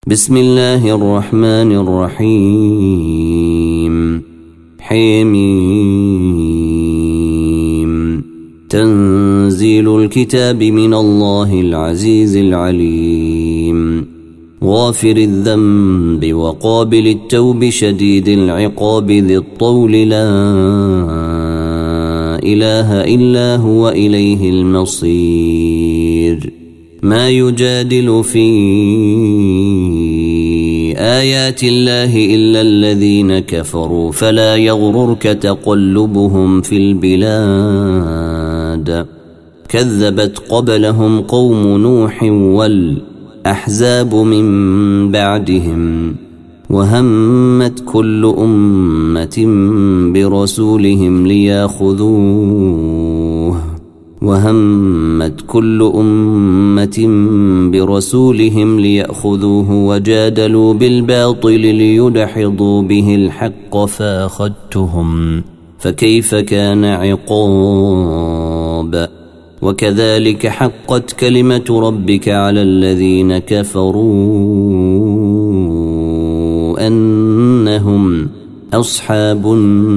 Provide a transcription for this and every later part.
بسم الله الرحمن الرحيم. حميم. تنزيل الكتاب من الله العزيز العليم. غافر الذنب وقابل التوب شديد العقاب ذي الطول لا إله إلا هو إليه المصير. ما يجادل في آيات الله إلا الذين كفروا فلا يغررك تقلبهم في البلاد. كذبت قبلهم قوم نوح والأحزاب من بعدهم وهمت كل أمة برسولهم ليأخذوه وجادلوا بالباطل ليدحضوا به الحق فأخذتهم فكيف كان عقاب. وكذلك حقت كلمة ربك على الذين كفروا أنهم أصحاب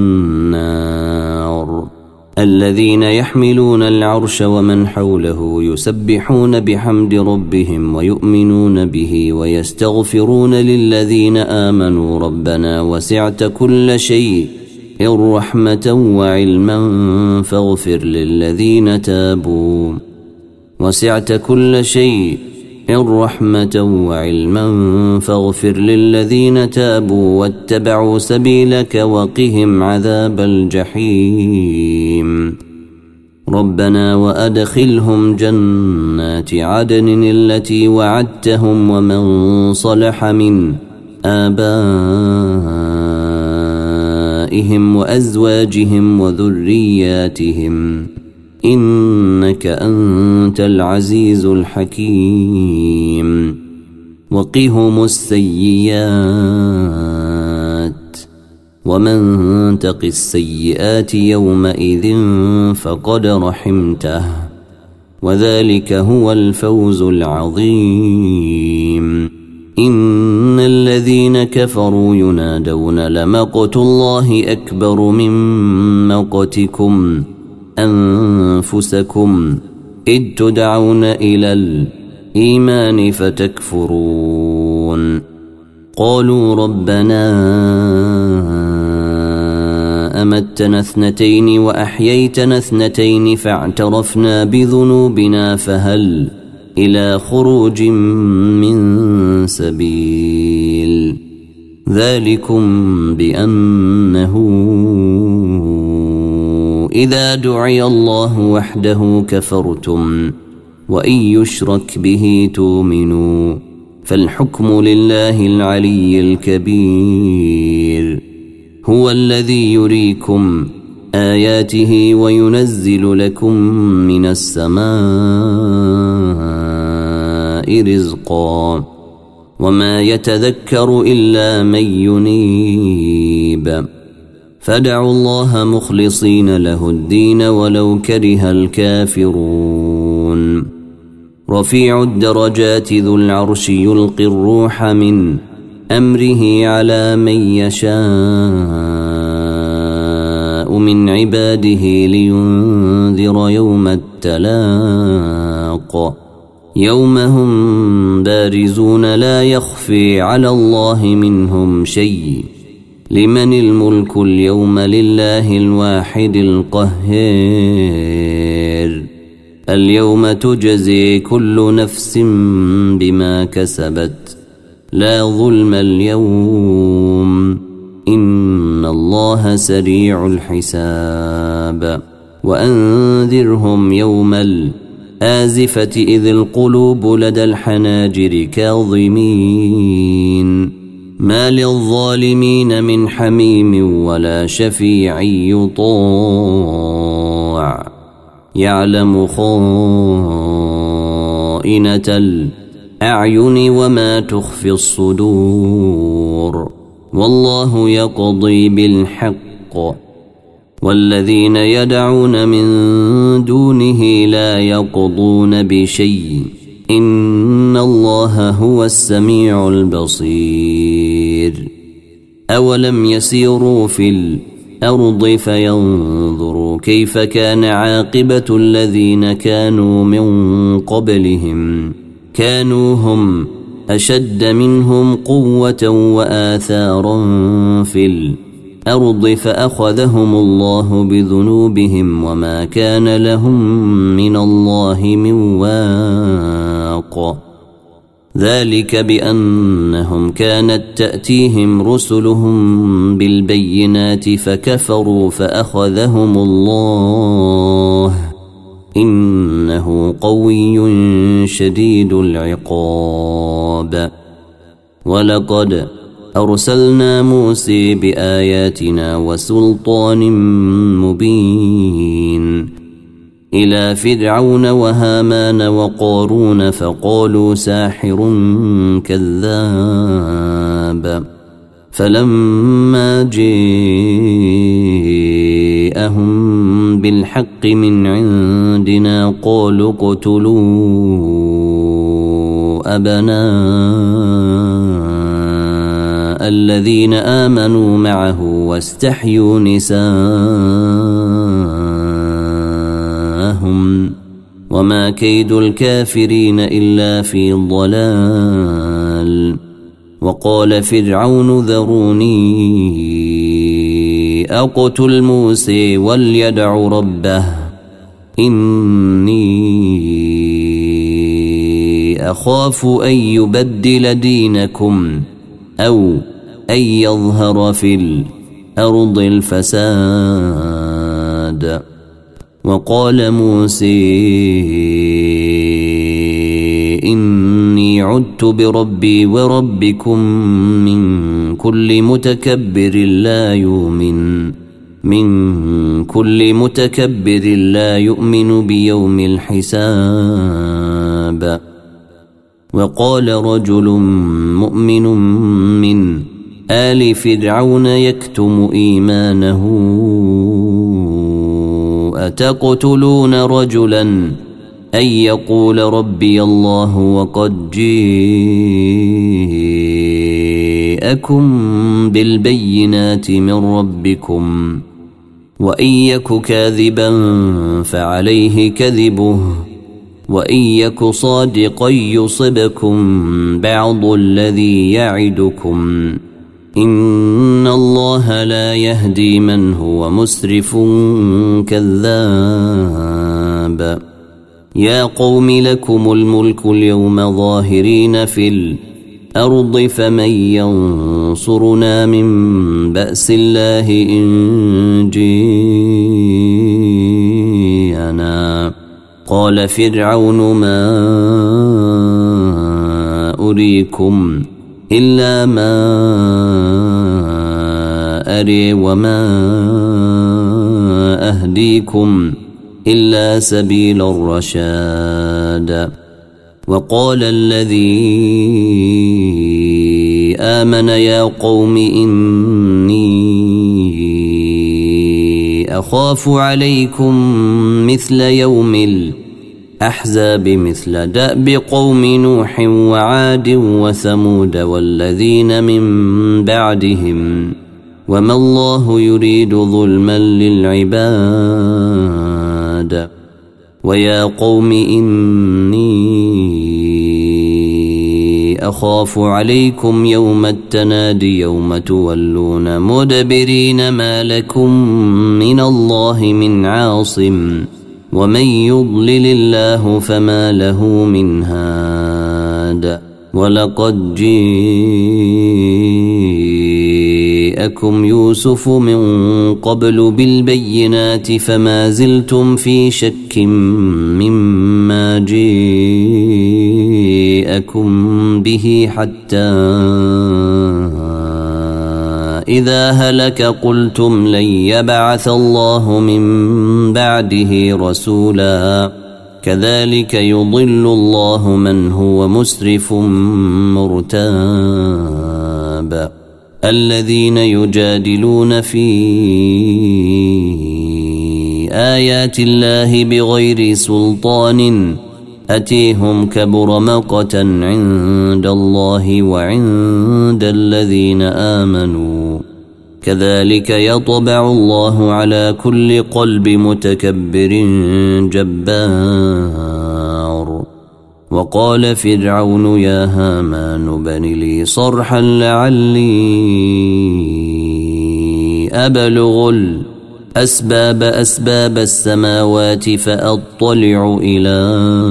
النار. الذين يحملون العرش ومن حوله يسبحون بحمد ربهم ويؤمنون به ويستغفرون للذين آمنوا ربنا وسعت كل شيء رحمة وعلما فاغفر للذين تابوا واتبعوا سبيلك وقهم عذاب الجحيم. ربنا وأدخلهم جنات عدن التي وعدتهم ومن صلح من آبائهم وأزواجهم وذرياتهم إنك أنت العزيز الحكيم. وقهم السيئات ومن تق السيئات يومئذ فقد رحمته وذلك هو الفوز العظيم. إن الذين كفروا ينادون لمقت الله أكبر من مقتكم أنفسكم إذ تدعون إلى الإيمان فتكفرون. قالوا ربنا أمتنا اثنتين وأحييتنا اثنتين فاعترفنا بذنوبنا فهل إلى خروج من سبيل. ذلكم بأنه إذا دعي الله وحده كفرتم وإن يشرك به تؤمنوا فالحكم لله العلي الكبير. هو الذي يريكم آياته وينزل لكم من السماء رزقا وما يتذكر إلا من ينيب. فادعوا الله مخلصين له الدين ولو كره الكافرون. رفيع الدرجات ذو العرش يلقي الروح من أمره على من يشاء من عباده لينذر يوم التلاق. يوم هم بارزون لا يخفي على الله منهم شيء. لمن الملك اليوم لله الواحد القهار. اليوم تجزي كل نفس بما كسبت لا ظلم اليوم إن الله سريع الحساب. وأنذرهم يوم الآزفة إذ القلوب لدى الحناجر كاظمين ما للظالمين من حميم ولا شفيع يطاع. يعلم خائنة الأعين وما تخفي الصدور. والله يقضي بالحق والذين يدعون من دونه لا يقضون بشيء إن الله هو السميع البصير أولم يسيروا في الأرض فينظروا كيف كان عاقبة الذين كانوا من قبلهم كانوا هم أشد منهم قوة وآثارا في الأرض فأخذهم الله بذنوبهم وما كان لهم من الله من واق ذلك بأنهم كانت تأتيهم رسلهم بالبينات فكفروا فأخذهم الله إنه قوي شديد العقاب ولقد أرسلنا موسى بآياتنا وسلطان مبين إلى فرعون وهامان وقارون فقالوا ساحر كذاب فلما جاءهم بالحق من عندنا قالوا اقتلوا أبناء الذين آمنوا معه واستحيوا نساءهم وما كيد الكافرين إلا في ضلال وقال فرعون ذروني أقتل موسى وليدع ربه إني أخاف أن يبدل دينكم أو أن يظهر في الأرض الفساد وقال موسى إني عدت بربي وربكم من كل متكبر لا يؤمن بيوم الحساب وقال رجل مؤمن من آل فرعون يكتم إيمانه أتقتلون رجلا أن يقول ربي الله وقد جاءكم بالبينات من ربكم وإن يك كاذبا فعليه كذبه وإن يك صادقا يصبكم بعض الذي يعدكم إن الله لا يهدي من هو مسرف كذاب يا قوم لكم الملك اليوم ظاهرين في الأرض فمن ينصرنا من بأس الله إن جيءنا قال فرعون ما أريكم إلا ما أري وما أهديكم إلا سبيل الرشاد وقال الذي آمن يا قوم إني أخاف عليكم مثل يوم الأحزاب مثل دأب قوم نوح وعاد وثمود والذين من بعدهم وما الله يريد ظلما للعباد ويا قوم إني أخاف عليكم يوم التنادي يوم تولون مدبرين ما لكم من الله من عاصم ومن يضلل الله فما له من هاد ولقد جاءكم يوسف من قبل بالبينات فما زلتم في شك مما جاءكم به حتى إذا هلك قلتم لن يبعث الله من بعده رسولا كذلك يضل الله من هو مسرف مرتاب الذين يجادلون في آيات الله بغير سلطان أتيهم كبر مقتا عند الله وعند الذين آمنوا كذلك يطبع الله على كل قلب متكبر جبار. وقال فرعون يا هامان بن لي صرحا لعلي أبلغ أسباب السماوات فأطلع إلى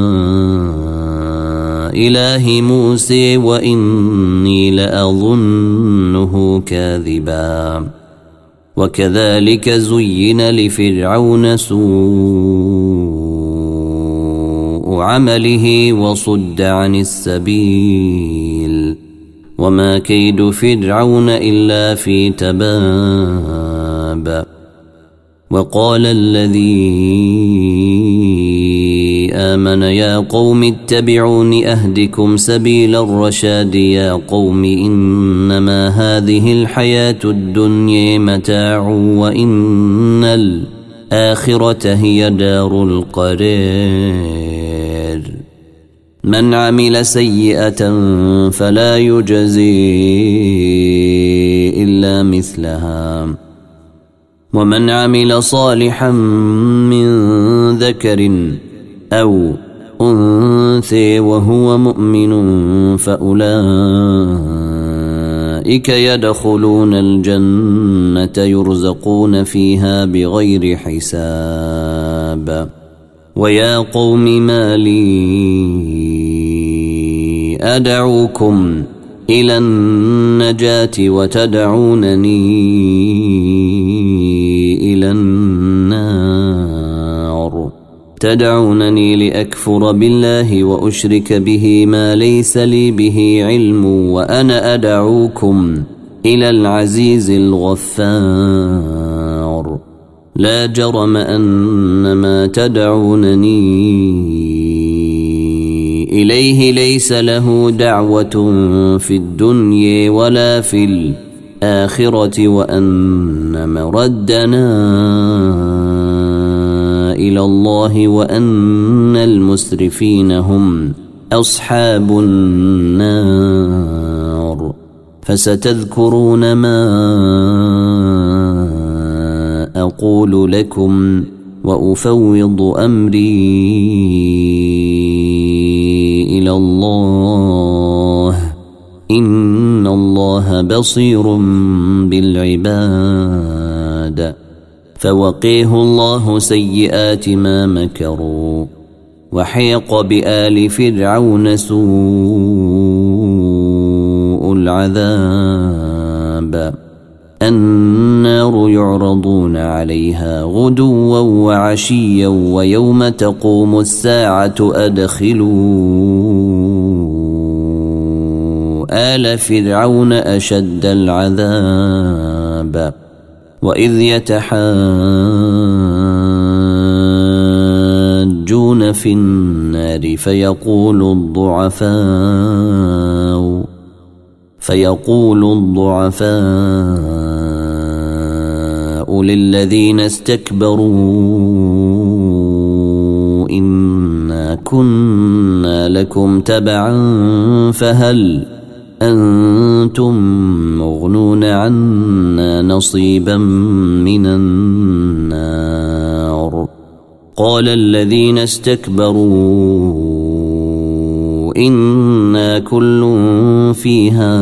إله موسى وإني لأظنه كاذبا. وكذلك زين لفرعون سوء عمله وصد عن السبيل وما كيد فرعون إلا في تباب. وقال الذي آمن يا قوم اتبعون أهدكم سبيل الرشاد. يا قوم إنما هذه الحياة الدنيا متاع وإن الآخرة هي دار القرار. من عمل سيئة فلا يجزي إلا مثلها ومن عمل صالحا من ذكر أو أنثى وهو مؤمن فأولئك يدخلون الجنة يرزقون فيها بغير حساب. ويا قوم ما لي أدعوكم إلى النجاة وتدعونني إلى النار. تدعونني لأكفر بالله وأشرك به ما ليس لي به علم وأنا أدعوكم إلى العزيز الغفار. لا جرم أن ما تدعونني إليه ليس له دعوة في الدنيا ولا في الآخرة وأن مردنا إلى الله وأن المسرفين هم أصحاب النار. فستذكرون ما أقول لكم وأفوض أمري إلى الله إن الله بصير بالعباد. فوقيه الله سيئات ما مكروا وحيق بآل فرعون سوء العذاب. النار يعرضون عليها غدوا وعشيا ويوم تقوم الساعة أدخلوا آل فرعون أشد العذاب. وإذ يتحاجون في النار فيقول الضعفاء للذين استكبروا إنا كنا لكم تبعا فهل أنتم مغنون عنا نصيبا من النار. قال الذين استكبروا إنا كل فيها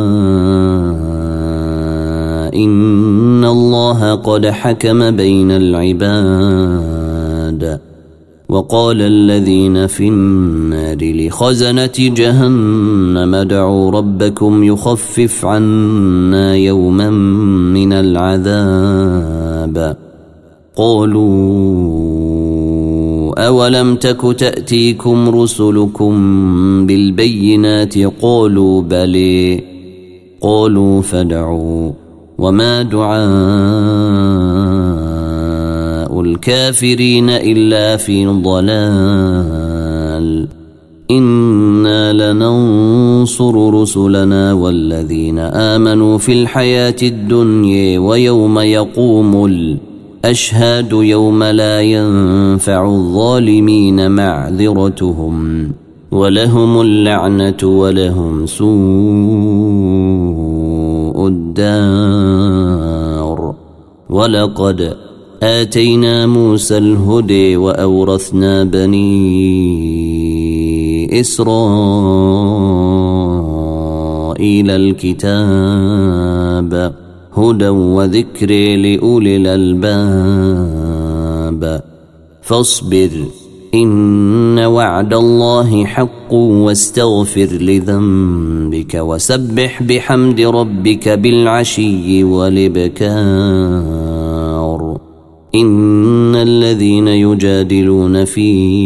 إن الله قد حكم بين العباد. وقال الذين في النار لخزنة جهنم ادعوا ربكم يخفف عنا يوما من العذاب. قالوا أولم تك تأتيكم رسلكم بالبينات قالوا بلى قالوا فادعوا وما دعاء الكافرين إلا في ضلال. إنا لننصر رسلنا والذين آمنوا في الحياة الدنيا ويوم يقوم أشهاد يوم لا ينفع الظالمين معذرتهم ولهم اللعنة ولهم سوء الدار. ولقد آتينا موسى الهدى وأورثنا بني إسرائيل الكتاب هدى وذكر لأولي الألباب. فاصبر إن وعد الله حق واستغفر لذنبك وسبح بحمد ربك بالعشي والإبكار. إن الذين يجادلون في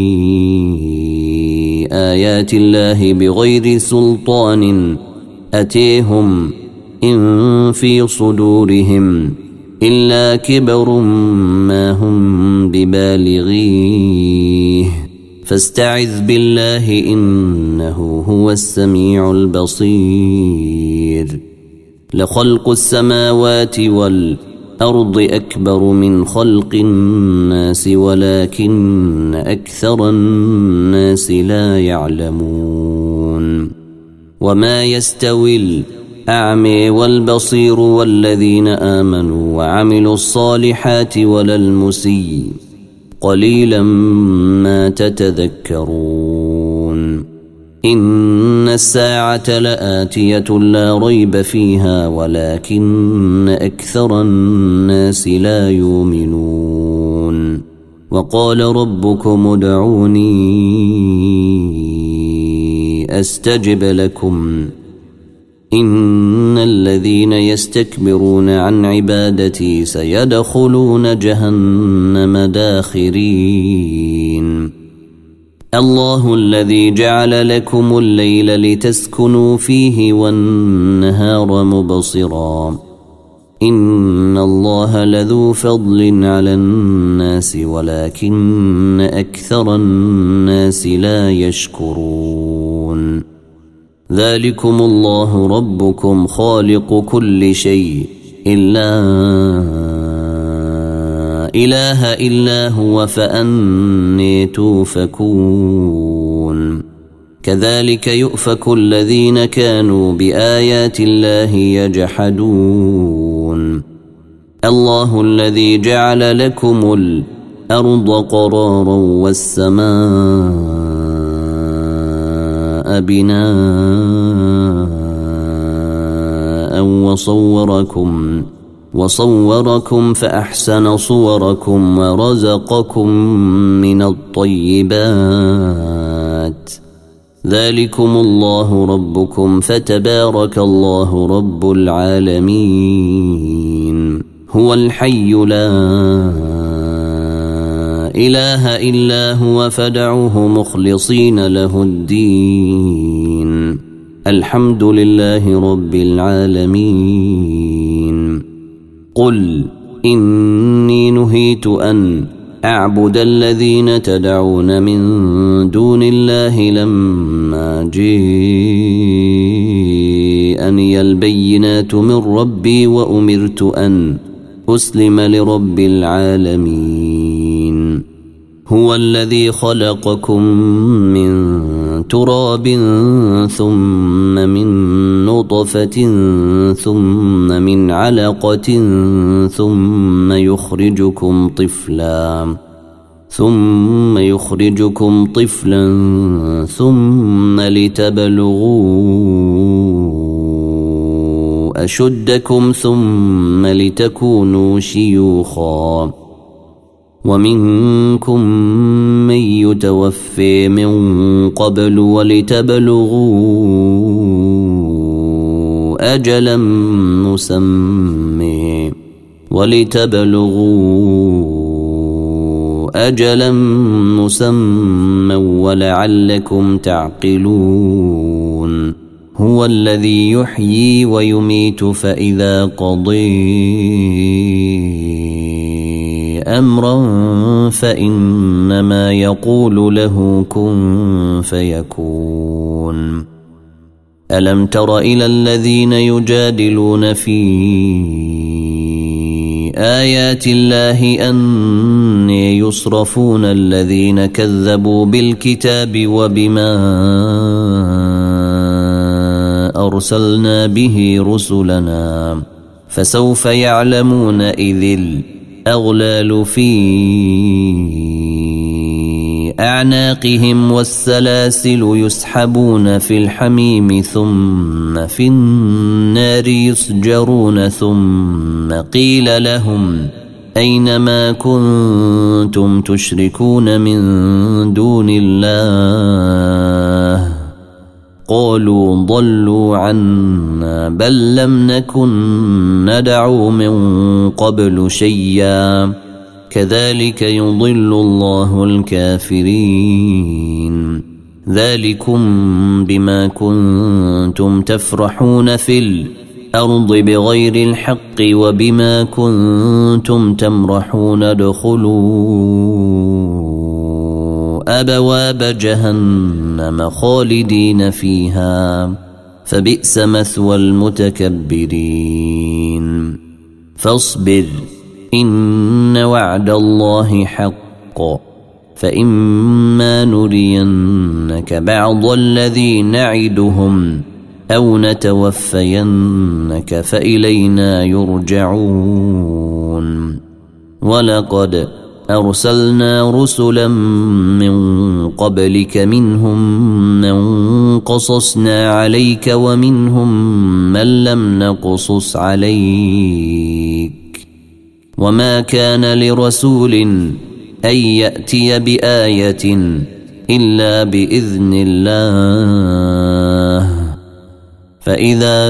آيات الله بغير سلطان أتيهم إن في صدورهم إلا كبر ما هم ببالغيه فاستعذ بالله إنه هو السميع البصير. لخلق السماوات والأرض أكبر من خلق الناس ولكن أكثر الناس لا يعلمون. وما يستوي الأعمى والبصير والذين آمنوا وعملوا الصالحات ولا المسيء قليلا ما تتذكرون. إن الساعة لآتية لا ريب فيها ولكن أكثر الناس لا يؤمنون. وقال ربكم ادعوني أستجب لكم إن الذين يستكبرون عن عبادتي سيدخلون جهنم داخرين. الله الذي جعل لكم الليل لتسكنوا فيه والنهار مبصرا إن الله لذو فضل على الناس ولكن أكثر الناس لا يشكرون. ذلكم الله ربكم خالق كل شيء إلا إله إلا هو فأني توفكون. كذلك يؤفك الذين كانوا بآيات الله يجحدون. الله الذي جعل لكم الأرض قرارا والسماء بناء وصوركم فأحسن صوركم ورزقكم من الطيبات. ذلكم الله ربكم فتبارك الله رب العالمين. هو الحي لا إله إلا هو فادعوه مخلصين له الدين. الحمد لله رب العالمين. قل إني نهيت أن أعبد الذين تدعون من دون الله لما جاءني البينات من ربي وأمرت أن أسلم لرب العالمين. هو الذي خلقكم من تراب ثم من نطفة ثم من علقة ثم يخرجكم طفلا ثم لتبلغوا أشدكم ثم لتكونوا شيوخا ومنكم من يتوفي من قبل ولتبلغوا أجلا مسمى ولعلكم تعقلون. هو الذي يحيي ويميت فإذا قضي أمرا فإنما يقول له كن فيكون. ألم تر إلى الذين يجادلون في آيات الله أن يصرفون الذين كذبوا بالكتاب وبما أرسلنا به رسلنا فسوف يعلمون إذ الأغلال في أعناقهم والسلاسل يسحبون في الحميم ثم في النار يسجرون ثم قيل لهم أين ما كنتم تشركون من دون الله قالوا ضلوا عنا بل لم نكن ندعو من قبل شيئا كذلك يضل الله الكافرين ذلكم بما كنتم تفرحون في الأرض بغير الحق وبما كنتم تمرحون ادخلوا أبواب جهنم خالدين فيها فبئس مثوى المتكبرين فاصبر إن وعد الله حق فإما نرينك بعض الذي نعدهم أو نتوفينك فإلينا يرجعون ولقد أرسلنا رسلا من قبلك منهم من قصصنا عليك ومنهم من لم نقصص عليك وما كان لرسول أن يأتي بآية إلا بإذن الله فإذا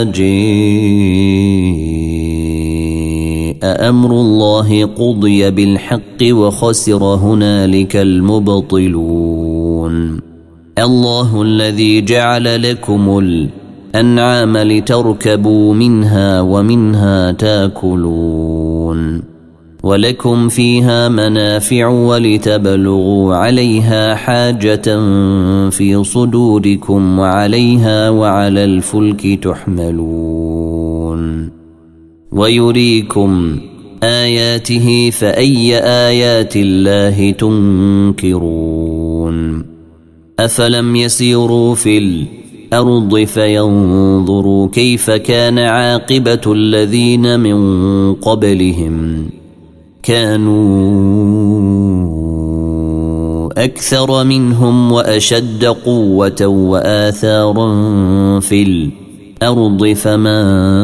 جاء أمر الله قضي بالحق وخسر هنالك المبطلون الله الذي جعل لكم الأنعام لتركبوا منها ومنها تاكلون ولكم فيها منافع ولتبلغوا عليها حاجة في صدوركم وعليها وعلى الفلك تحملون ويريكم آياته فأي آيات الله تنكرون أفلم يسيروا في الأرض فينظروا كيف كان عاقبة الذين من قبلهم كانوا أكثر منهم وأشد قوة وآثارا في الأرض فما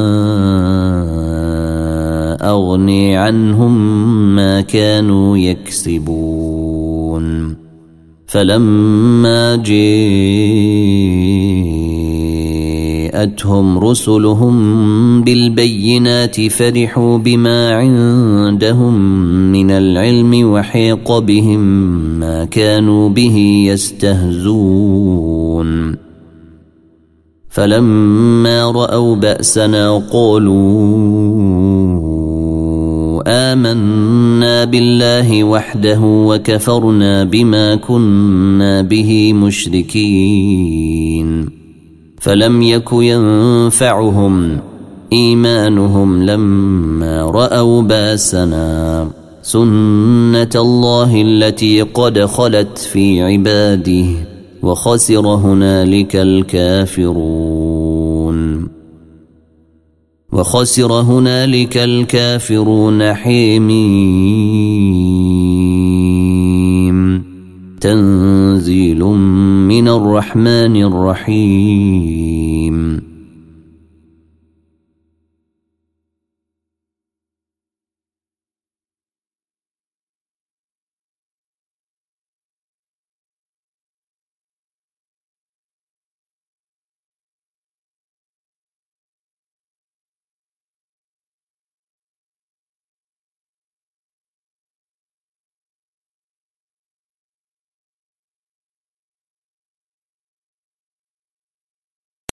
أغني عنهم ما كانوا يكسبون فلما جاءتهم رسلهم بالبينات فرحوا بما عندهم من العلم وحيق بهم ما كانوا به يستهزون فلما رأوا بأسنا قالوا آمنا بالله وحده وكفرنا بما كنا به مشركين فلم يك ينفعهم إيمانهم لما رأوا بأسنا سنة الله التي قد خلت في عباده وخسر هنالك الكافرون حميم تنزيل من الرحمن الرحيم